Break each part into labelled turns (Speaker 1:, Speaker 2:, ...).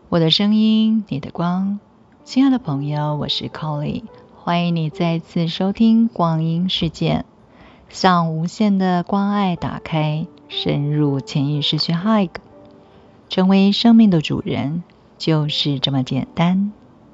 Speaker 1: 我的声音，你的光。亲爱的朋友，我是 Colly， 欢迎你再次收听光阴事件，向无限的关爱打开，深入潜意识去 hug， 成为生命的主人，就是这么简单。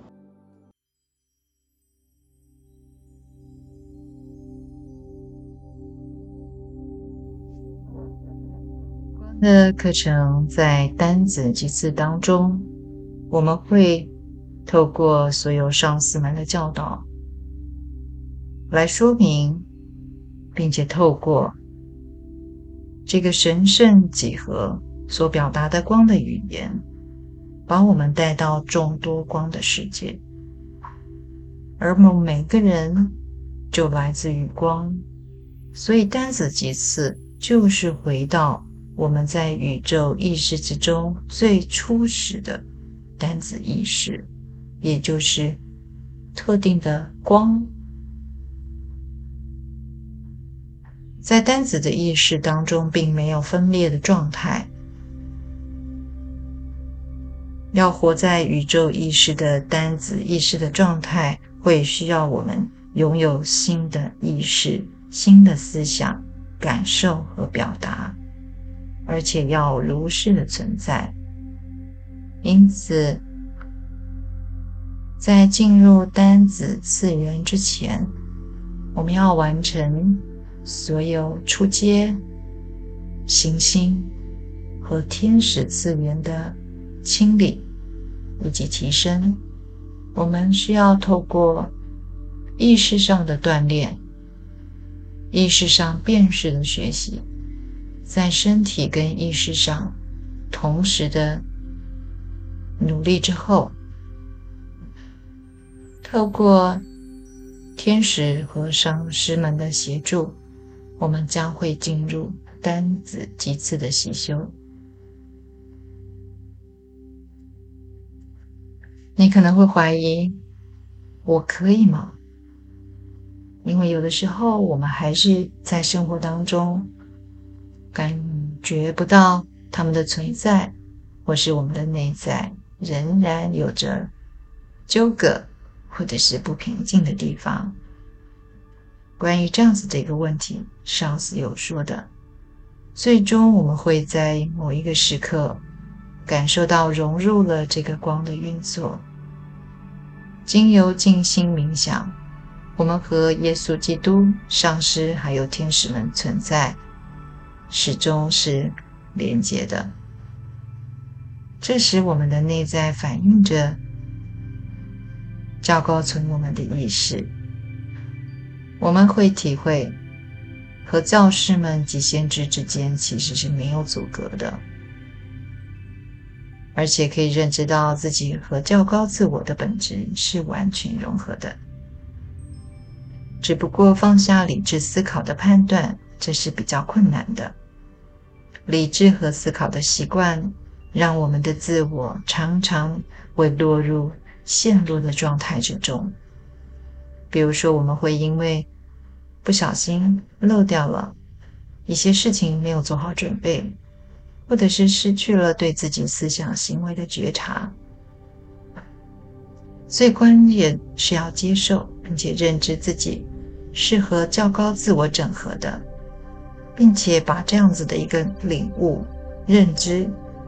Speaker 1: 光的课程在单子几次当中，我们会透过所有上师们的教导来说明，并且透过这个神圣几何所表达的光的语言，把我们带到众多光的世界。而我们每个人就来自于光，所以单子几次就是回到我们在宇宙意识之中最初始的单子意识，也就是特定的光。在单子的意识当中并没有分裂的状态，要活在宇宙意识的单子意识的状态，会需要我们拥有新的意识、新的思想、感受和表达，而且要如是的存在。因此在进入单子次元之前，我们要完成所有初阶、行星和天使次元的清理以及提升。我们需要透过意识上的锻炼，意识上辨识的学习，在身体跟意识上同时的努力之后，透过天使和上师们的协助，我们将会进入单子几次的习修。你可能会怀疑，我可以吗？因为有的时候我们还是在生活当中感觉不到他们的存在，或是我们的内在仍然有着纠葛或者是不平静的地方。关于这样子的一个问题，上次有说的，最终我们会在某一个时刻感受到融入了这个光的运作。经由静心冥想，我们和耶稣基督、上师还有天使们存在，始终是连结的。这时我们的内在反映着较高存我们的意识，我们会体会和教师们及先知之间其实是没有阻隔的，而且可以认知到自己和较高自我的本质是完全融合的。只不过放下理智思考的判断，这是比较困难的。理智和思考的习惯让我们的自我常常会落入陷入的状态之中。比如说，我们会因为不小心漏掉了一些事情，没有做好准备，或者是失去了对自己思想行为的觉察。所以关键是要接受并且认知自己是和较高自我整合的，并且把这样子的一个领悟认知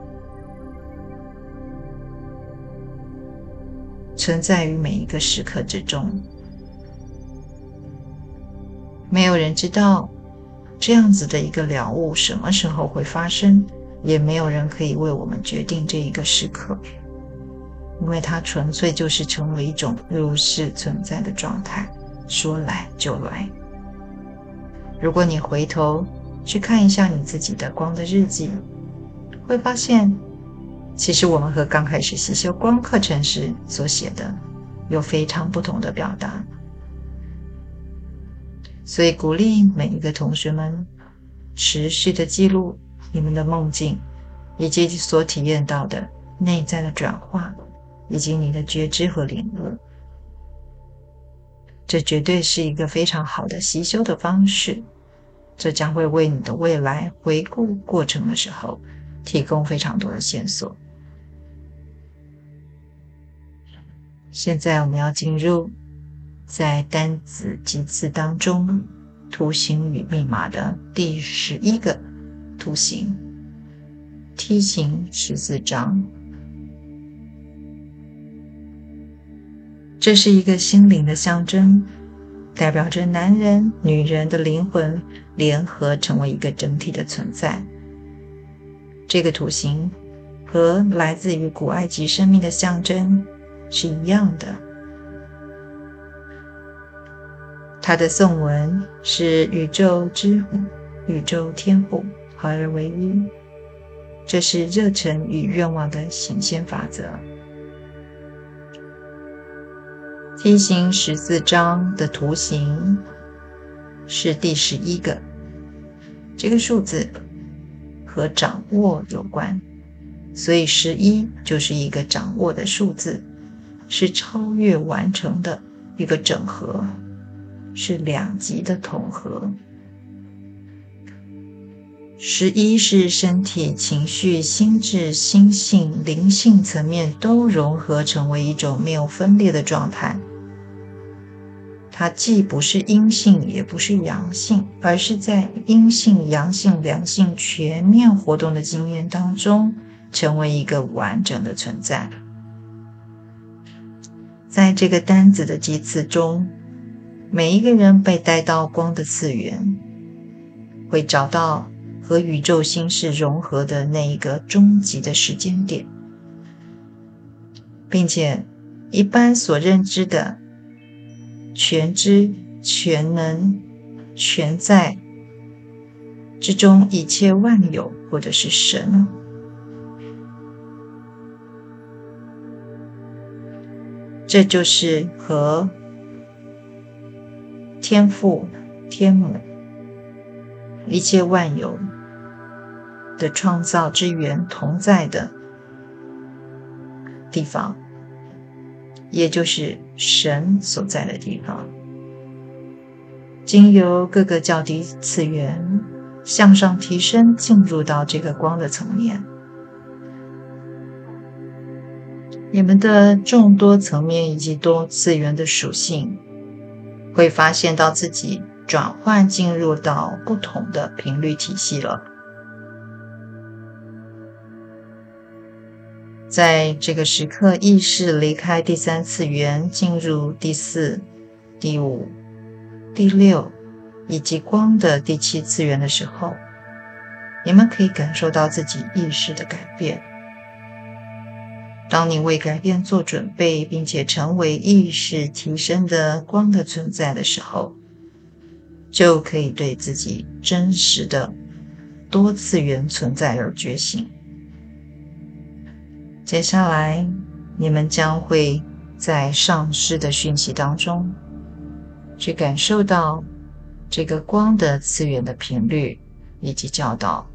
Speaker 1: 存在于每一个时刻之中。没有人知道这样子的一个了悟什么时候会发生，也没有人可以为我们决定这一个时刻，因为它纯粹就是成为一种如是存在的状态，说来就来。如果你回头去看一下你自己的光的日记，会发现其实我们和刚开始习修光课程时所写的有非常不同的表达。所以鼓励每一个同学们持续的记录你们的梦境，以及所体验到的内在的转化，以及你的觉知和领悟。这绝对是一个非常好的习修的方式，这将会为你的未来回顾过程的时候提供非常多的线索。 现在我们要进入在单子级次当中图形与密码的第11个图形，梯形14章。这是一个心灵的象征，代表着男人、女人的灵魂联合成为一个整体的存在。这个图形和来自于古埃及生命的象征是一样的。它的颂文是宇宙之母、宇宙天父合而为一，这是热忱与愿望的显现法则。梯形14章的图形是第11个，这个数字和掌握有关，所以11就是一个掌握的数字，是超越完成的一个整合，是两极的统合。11是身体、情绪、心智、心性、灵性层面都融合成为一种没有分裂的状态。它既不是阴性也不是阳性，而是在阴性、阳性、两性全面活动的经验当中成为一个完整的存在。在这个单子的级次中，每一个人被带到光的次元，会找到和宇宙心事融合的那一个终极的时间点，并且一般所认知的全知、全能、全在之中一切万有，或者是神，这就是和天父、天母、一切万有的创造之源同在的地方，也就是神所在的地方。经由各个较低次元向上提升，进入到这个光的层面。你们的众多层面以及多次元的属性，会发现到自己转换进入到不同的频率体系了。在这个时刻，意识离开第3次元，进入第4、第5、第6以及光的第7次元的时候，你们可以感受到自己意识的改变。当你为改变做准备，并且成为意识提升的光的存在的时候，就可以对自己真实的多次元存在而觉醒。接下来，你们将会在上师的讯息当中，去感受到这个光的次元的频率以及教导。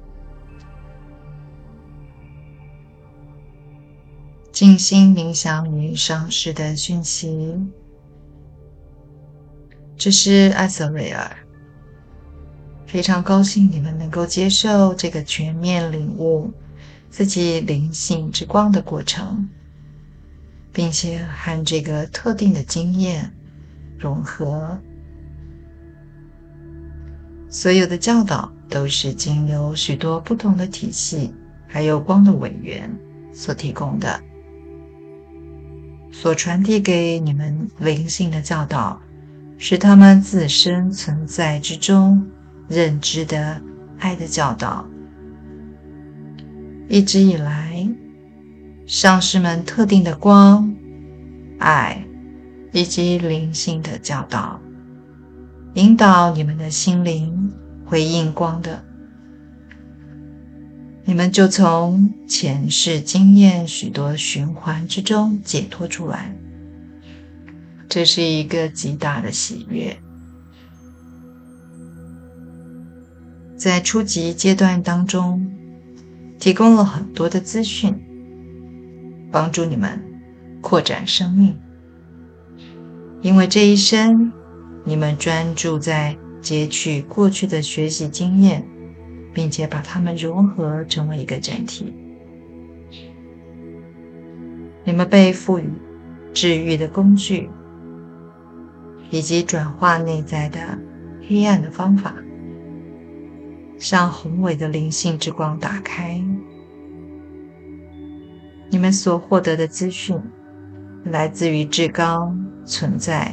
Speaker 1: 静心冥想与上师的讯息。这是艾瑟瑞尔，非常高兴你们能够接受这个全面领悟自己灵性之光的过程，并且和这个特定的经验融合。所有的教导都是经由许多不同的体系还有光的委员所提供的，所传递给你们灵性的教导是他们自身存在之中认知的爱的教导。一直以来，上师们特定的光、爱以及灵性的教导，引导你们的心灵回应光的，你们就从前世经验许多循环之中解脱出来。这是一个极大的喜悦。在初级阶段当中，提供了很多的资讯，帮助你们扩展生命。因为这一生，你们专注在截取过去的学习经验，并且把它们融合成为一个整体。你们被赋予治愈的工具，以及转化内在的黑暗的方法，向宏伟的灵性之光打开。你们所获得的资讯来自于至高存在，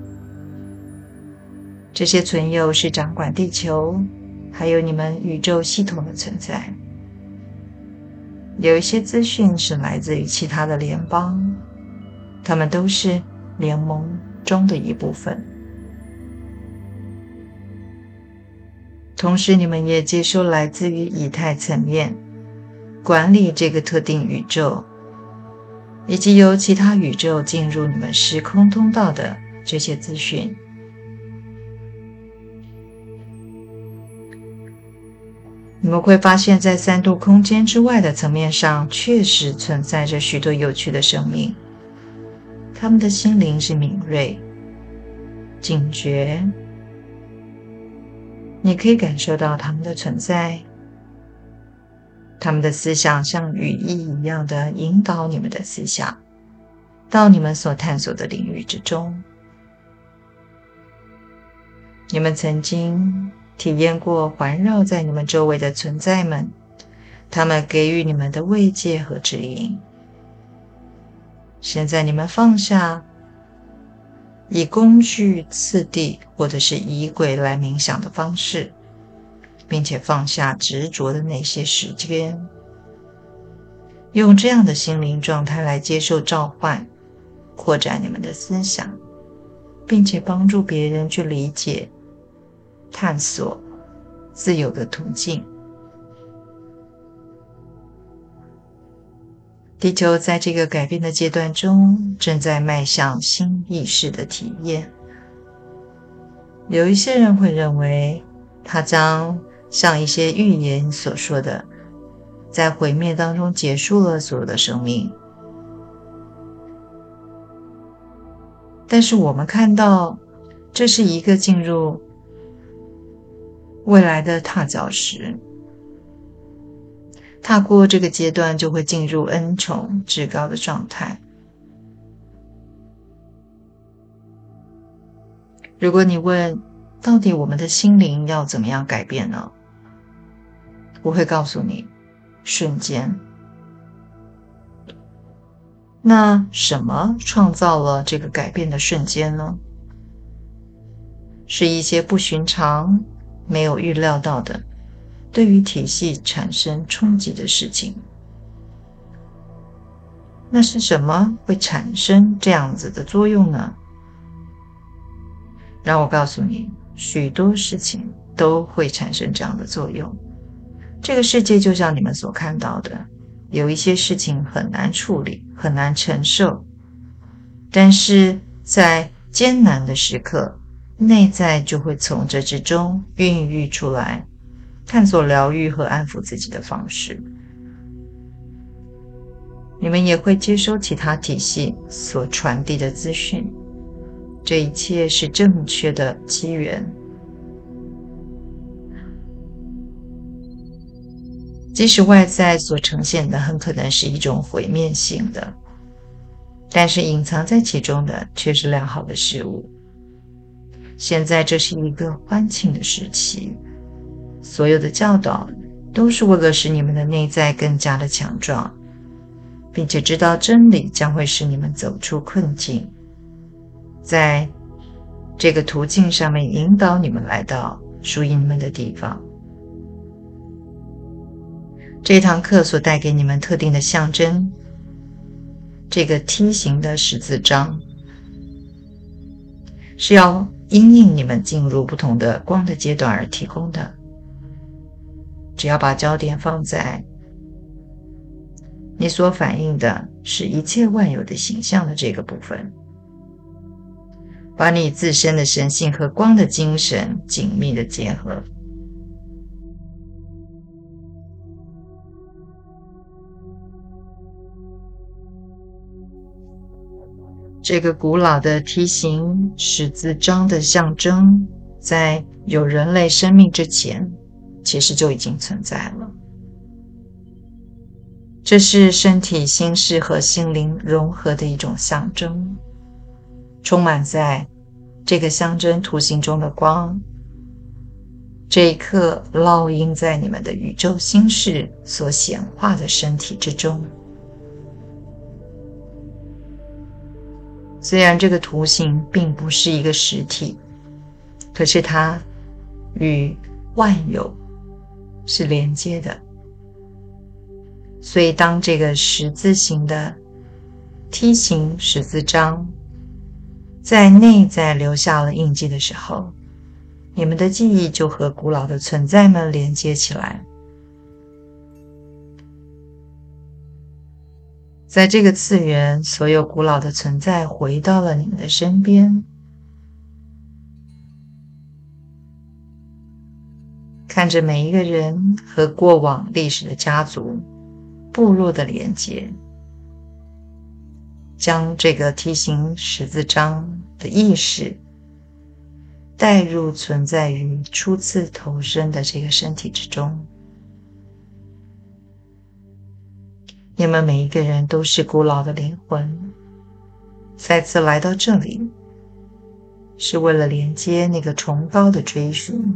Speaker 1: 这些存有是掌管地球还有你们宇宙系统的存在。有一些资讯是来自于其他的联邦，它们都是联盟中的一部分。同时你们也接收来自于以太层面管理这个特定宇宙，以及由其他宇宙进入你们时空通道的这些资讯。你们会发现在3度空间之外的层面上确实存在着许多有趣的生命，他们的心灵是敏锐、警觉，你可以感受到他们的存在，他们的思想像羽翼一样的引导你们的思想到你们所探索的领域之中。你们曾经体验过环绕在你们周围的存在们，他们给予你们的慰藉和指引。现在你们放下以工具、次第或者是仪轨来冥想的方式，并且放下执着的那些时间，用这样的心灵状态来接受召唤，扩展你们的思想，并且帮助别人去理解、探索自由的途径。地球在这个改变的阶段中，正在迈向新意识的体验。有一些人会认为，它将像一些预言所说的，在毁灭当中结束了所有的生命。但是我们看到，这是一个进入未来的踏脚石。踏过这个阶段，就会进入恩宠至高的状态。如果你问，到底我们的心灵要怎么样改变呢？我会告诉你，瞬间。那什么创造了这个改变的瞬间呢？是一些不寻常、没有预料到的，对于体系产生冲击的事情。那是什么会产生这样子的作用呢？让我告诉你，许多事情都会产生这样的作用。这个世界就像你们所看到的，有一些事情很难处理，很难承受，但是在艰难的时刻，内在就会从这之中孕育出来探索疗愈和安抚自己的方式。你们也会接收其他体系所传递的资讯，这一切是正确的机缘。即使外在所呈现的很可能是一种毁灭性的，但是隐藏在其中的却是良好的事物。现在这是一个欢庆的时期，所有的教导都是为了使你们的内在更加的强壮，并且知道真理将会使你们走出困境，在这个途径上面引导你们来到属于你们的地方。这堂课所带给你们特定的象征，这个梯形的十字章，是要因应你们进入不同的光的阶段而提供的。只要把焦点放在你所反映的是一切万有的形象的这个部分，把你自身的神性和光的精神紧密的结合。这个古老的梯形十字章的象征，在有人类生命之前，其实就已经存在了。 这是身体、心识和心灵融合的一种象征，充满在这个象征图形中的光，这一刻烙印在你们的宇宙心识所显化的身体之中。虽然这个图形并不是一个实体，可是它与万有是连接的。所以当这个十字形的梯形十字章在内在留下了印记的时候，你们的记忆就和古老的存在们连接起来。在这个次元，所有古老的存在回到了你们的身边，看着每一个人和过往历史的家族部落的连接，将这个梯形十字章的意识带入存在于初次投生的这个身体之中。你们每一个人都是古老的灵魂，再次来到这里，是为了连接那个崇高的追寻。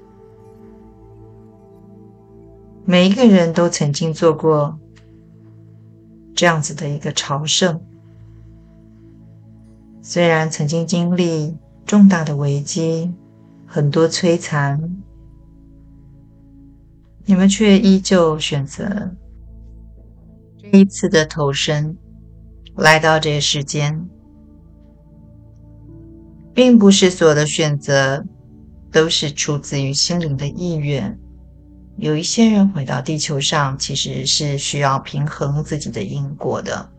Speaker 1: 每一个人都曾经做过这样子的一个朝圣，虽然曾经经历重大的危机，很多摧残，你们却依旧选择这一次的投身，来到这个世间。并不是所有的选择都是出自于心灵的意愿，有一些人回到地球上其实是需要平衡自己的因果的。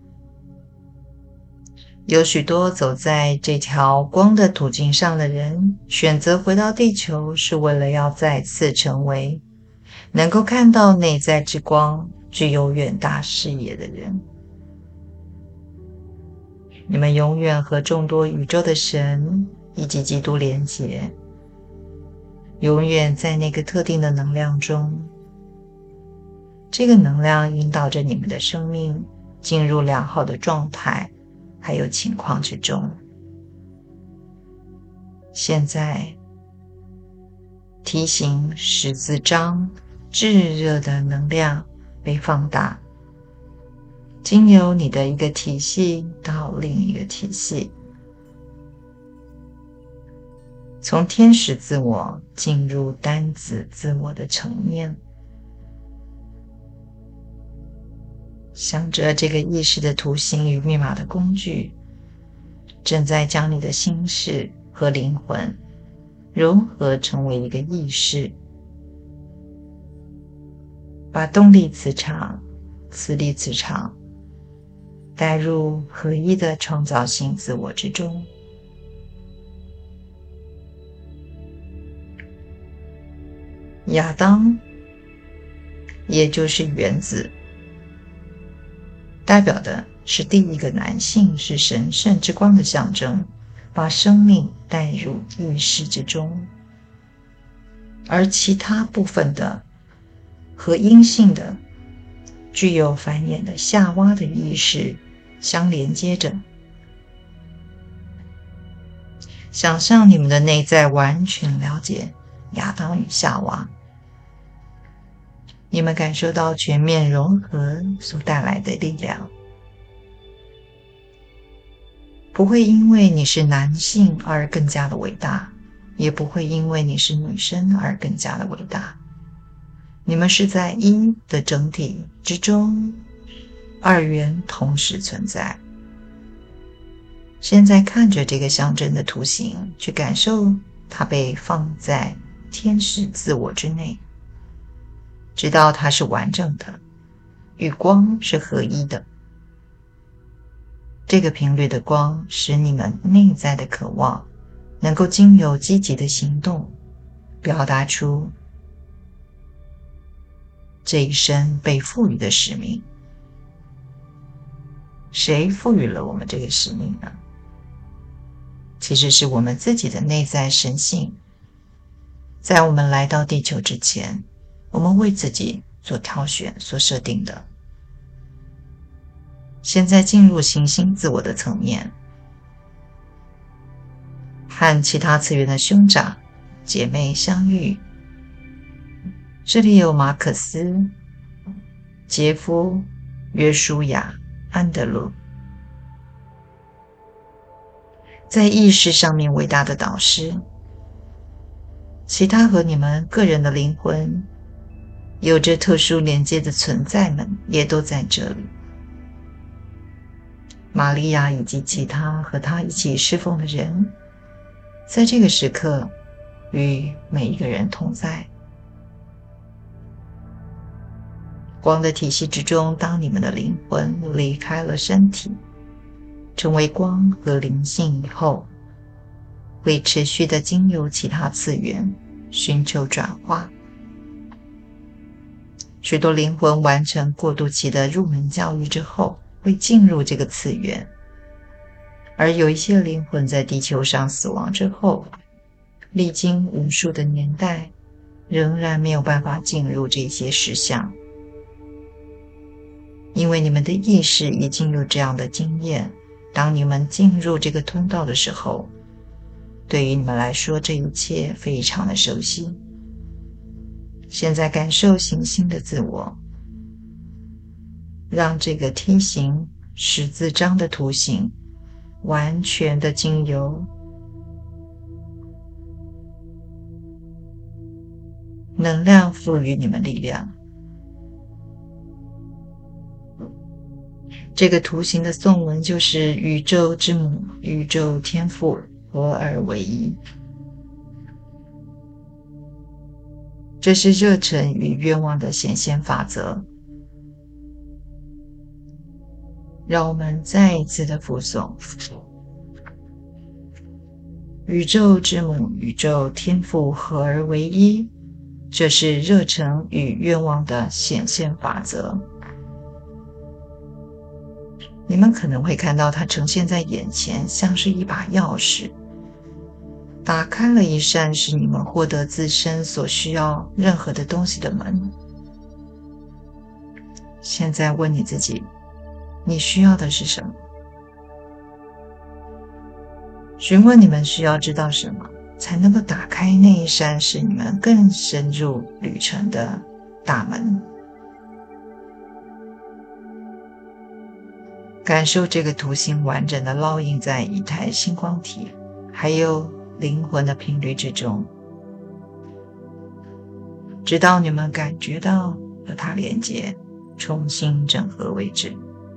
Speaker 1: 有许多走在这条光的途径上的人，选择回到地球是为了要再次成为能够看到内在之光、具有远大视野的人。你们永远和众多宇宙的神以及基督连结，永远在那个特定的能量中。这个能量引导着你们的生命进入良好的状态还有情况之中。现在梯形十字章炙热的能量被放大，经由你的一个体系到另一个体系，从天使自我进入单子自我的层面，想着这个意识的图形与密码的工具，正在将你的心识和灵魂融合成为一个意识，把动力磁场、磁力磁场带入合一的创造性自我之中。亚当，也就是原子，代表的是第一个男性，是神圣之光的象征，把生命带入意识之中。而其他部分的和阴性的具有繁衍的夏娃的意识相连接着。想象你们的内在完全了解亚当与夏娃，你们感受到全面融合所带来的力量。不会因为你是男性而更加的伟大，也不会因为你是女生而更加的伟大。你们是在一的整体之中，二元同时存在。现在看着这个象征的图形，去感受它被放在天使自我之内，知道它是完整的，与光是合一的。这个频率的光使你们内在的渴望能够经由积极的行动表达出这一生被赋予的使命。谁赋予了我们这个使命呢？其实是我们自己的内在神性。在我们来到地球之前，我们为自己所挑选、所设定的， 现在进入行星自我的层面，和其他次元的兄长姐妹相遇。这里有马可斯、杰夫、约书亚、安德鲁，在意识上面伟大的导师，其他和你们个人的灵魂有着特殊连接的存在们也都在这里。玛利亚以及其他和她一起侍奉的人，在这个时刻与每一个人同在。光的体系之中，当你们的灵魂离开了身体，成为光和灵性以后，会持续的经由其他次元寻求转化。许多灵魂完成过渡期的入门教育之后，会进入这个次元，而有一些灵魂在地球上死亡之后，历经无数的年代，仍然没有办法进入这些实相。因为你们的意识已经有这样的经验，当你们进入这个通道的时候，对于你们来说，这一切非常的熟悉。现在感受行星的自我，让这个梯形十字章的图形完全的经由能量赋予你们力量。这个图形的颂文就是宇宙之母、宇宙天父合而为一。这是热忱与愿望的显现法则。让我们再一次的复诵：宇宙之母、宇宙天父合而为一，这是热忱与愿望的显现法则。你们可能会看到它呈现在眼前，像是一把钥匙，打开了一扇使你们获得自身所需要任何的东西的门。现在问你自己，你需要的是什么？询问你们需要知道什么，才能够打开那一扇使你们更深入旅程的大门。感受这个图形完整的烙印在一台星光体还有灵魂的频率之中，直到你们感觉到和它连接，重新整合为止。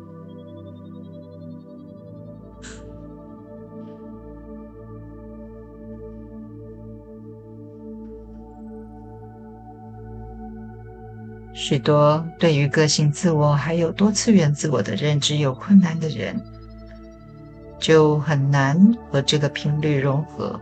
Speaker 1: 许多对于个性自我还有多次元自我的认知有困难的人，就很难和这个频率融合。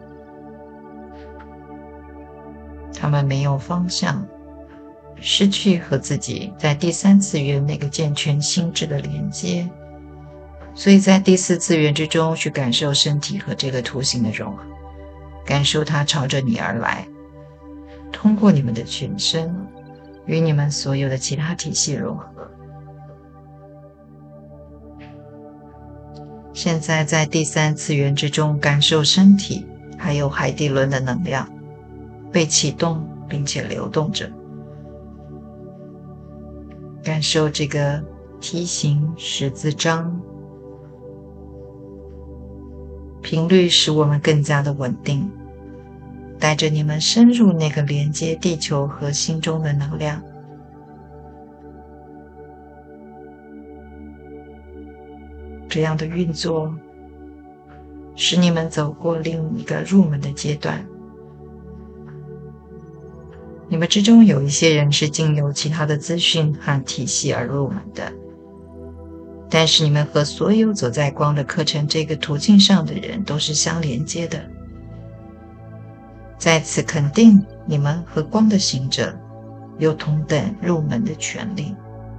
Speaker 1: 他们没有方向，失去和自己在第三次元那个健全心智的连接，所以在第四次元之中去感受身体和这个图形的融合，感受它朝着你而来，通过你们的全身与你们所有的其他体系融合。现在在第三次元之中感受身体还有海底轮的能量被启动并且流动着，感受这个梯形十字章，频率使我们更加的稳定，带着你们深入那个连接地球和心中的能量。这样的运作使你们走过另一个入门的阶段。你们之中有一些人是经由其他的资讯和体系而入门的，但是你们和所有走在光的课程这个途径上的人都是相连接的。在此肯定你们和光的行者有同等入门的权利。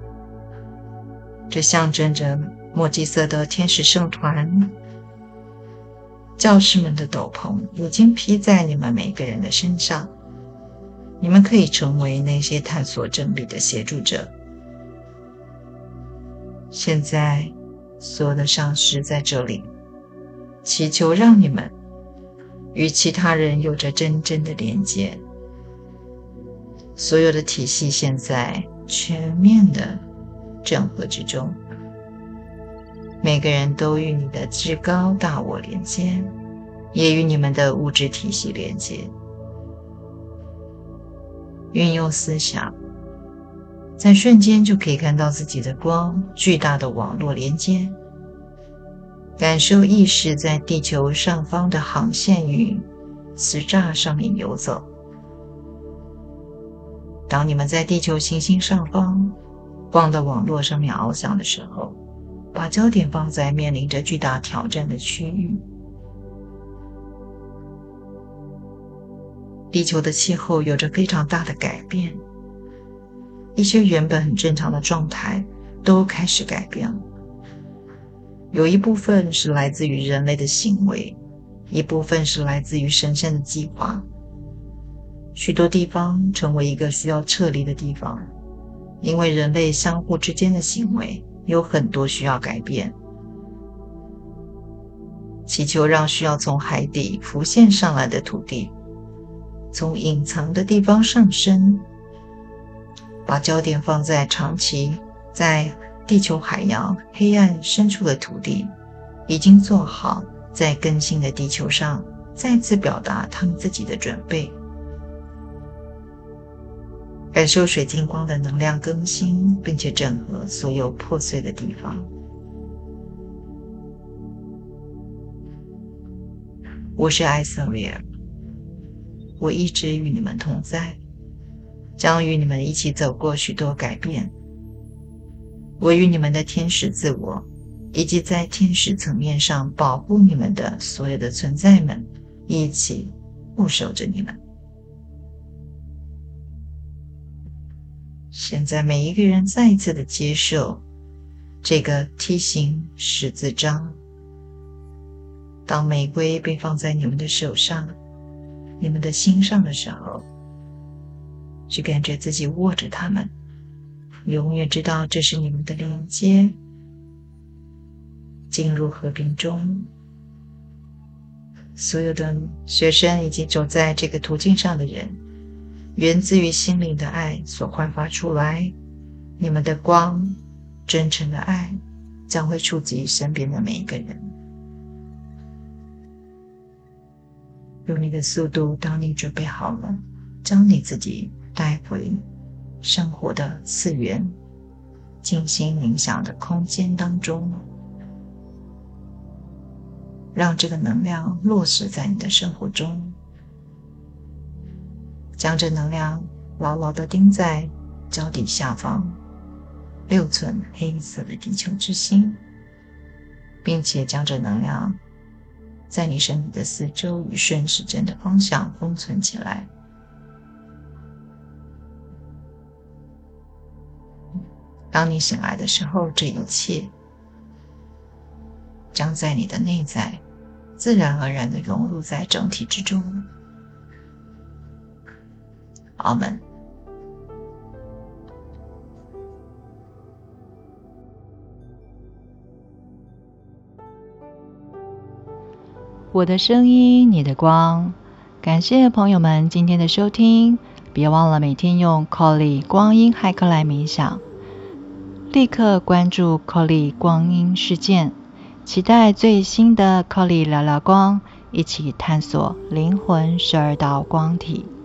Speaker 1: 这象征着墨基色的天使圣团教师们的斗篷已经披在你们每个人的身上，你们可以成为那些探索真理的协助者。现在所有的上师在这里祈求让你们与其他人有着真正的连接。所有的体系现在全面的整合之中，每个人都与你的至高大我连接，也与你们的物质体系连接。运用思想，在瞬间就可以看到自己的光，巨大的网络连接，感受意识在地球上方的航线与磁栅上面游走。当你们在地球行星上方光的网络上面翱翔的时候，把焦点放在面临着巨大挑战的区域。地球的气候有着非常大的改变，一些原本很正常的状态都开始改变了。有一部分是来自于人类的行为，一部分是来自于神圣的计划。许多地方成为一个需要撤离的地方，因为人类相互之间的行为有很多需要改变。祈求让需要从海底浮现上来的土地从隐藏的地方上升，把焦点放在长期在地球海洋黑暗深处的土地，已经做好在更新的地球上再次表达他们自己的准备。感受水晶光的能量更新，并且整合所有破碎的地方。我是艾瑟维尔，我一直与你们同在，将与你们一起走过许多改变。我与你们的天使自我，以及在天使层面上保护你们的所有的存在们，一起护守着你们。现在每一个人再一次的接受这个梯形十字章。当玫瑰被放在你们的手上，你们的心上的时候，去感觉自己握着它们，永远知道这是你们的连接。进入和平中，所有的学生以及走在这个途径上的人，源自于心灵的爱所焕发出来，你们的光，真诚的爱将会触及身边的每一个人。用你的速度，当你准备好了，将你自己带回生活的次元，静心冥想的空间当中，让这个能量落实在你的生活中，将这能量牢牢地钉在脚底下方6寸黑色的地球之心，并且将这能量在你身体的四周与顺时针的方向封存起来。当你醒来的时候，这一切将在你的内在自然而然地融入在整体之中。阿们。
Speaker 2: 我的声音，你的光。感谢朋友们今天的收听，别忘了每天用 Colly 光阴骇客来冥想，立刻关注 Colly 光阴事件，期待最新的 Colly 聊聊光，一起探索灵魂12道光体。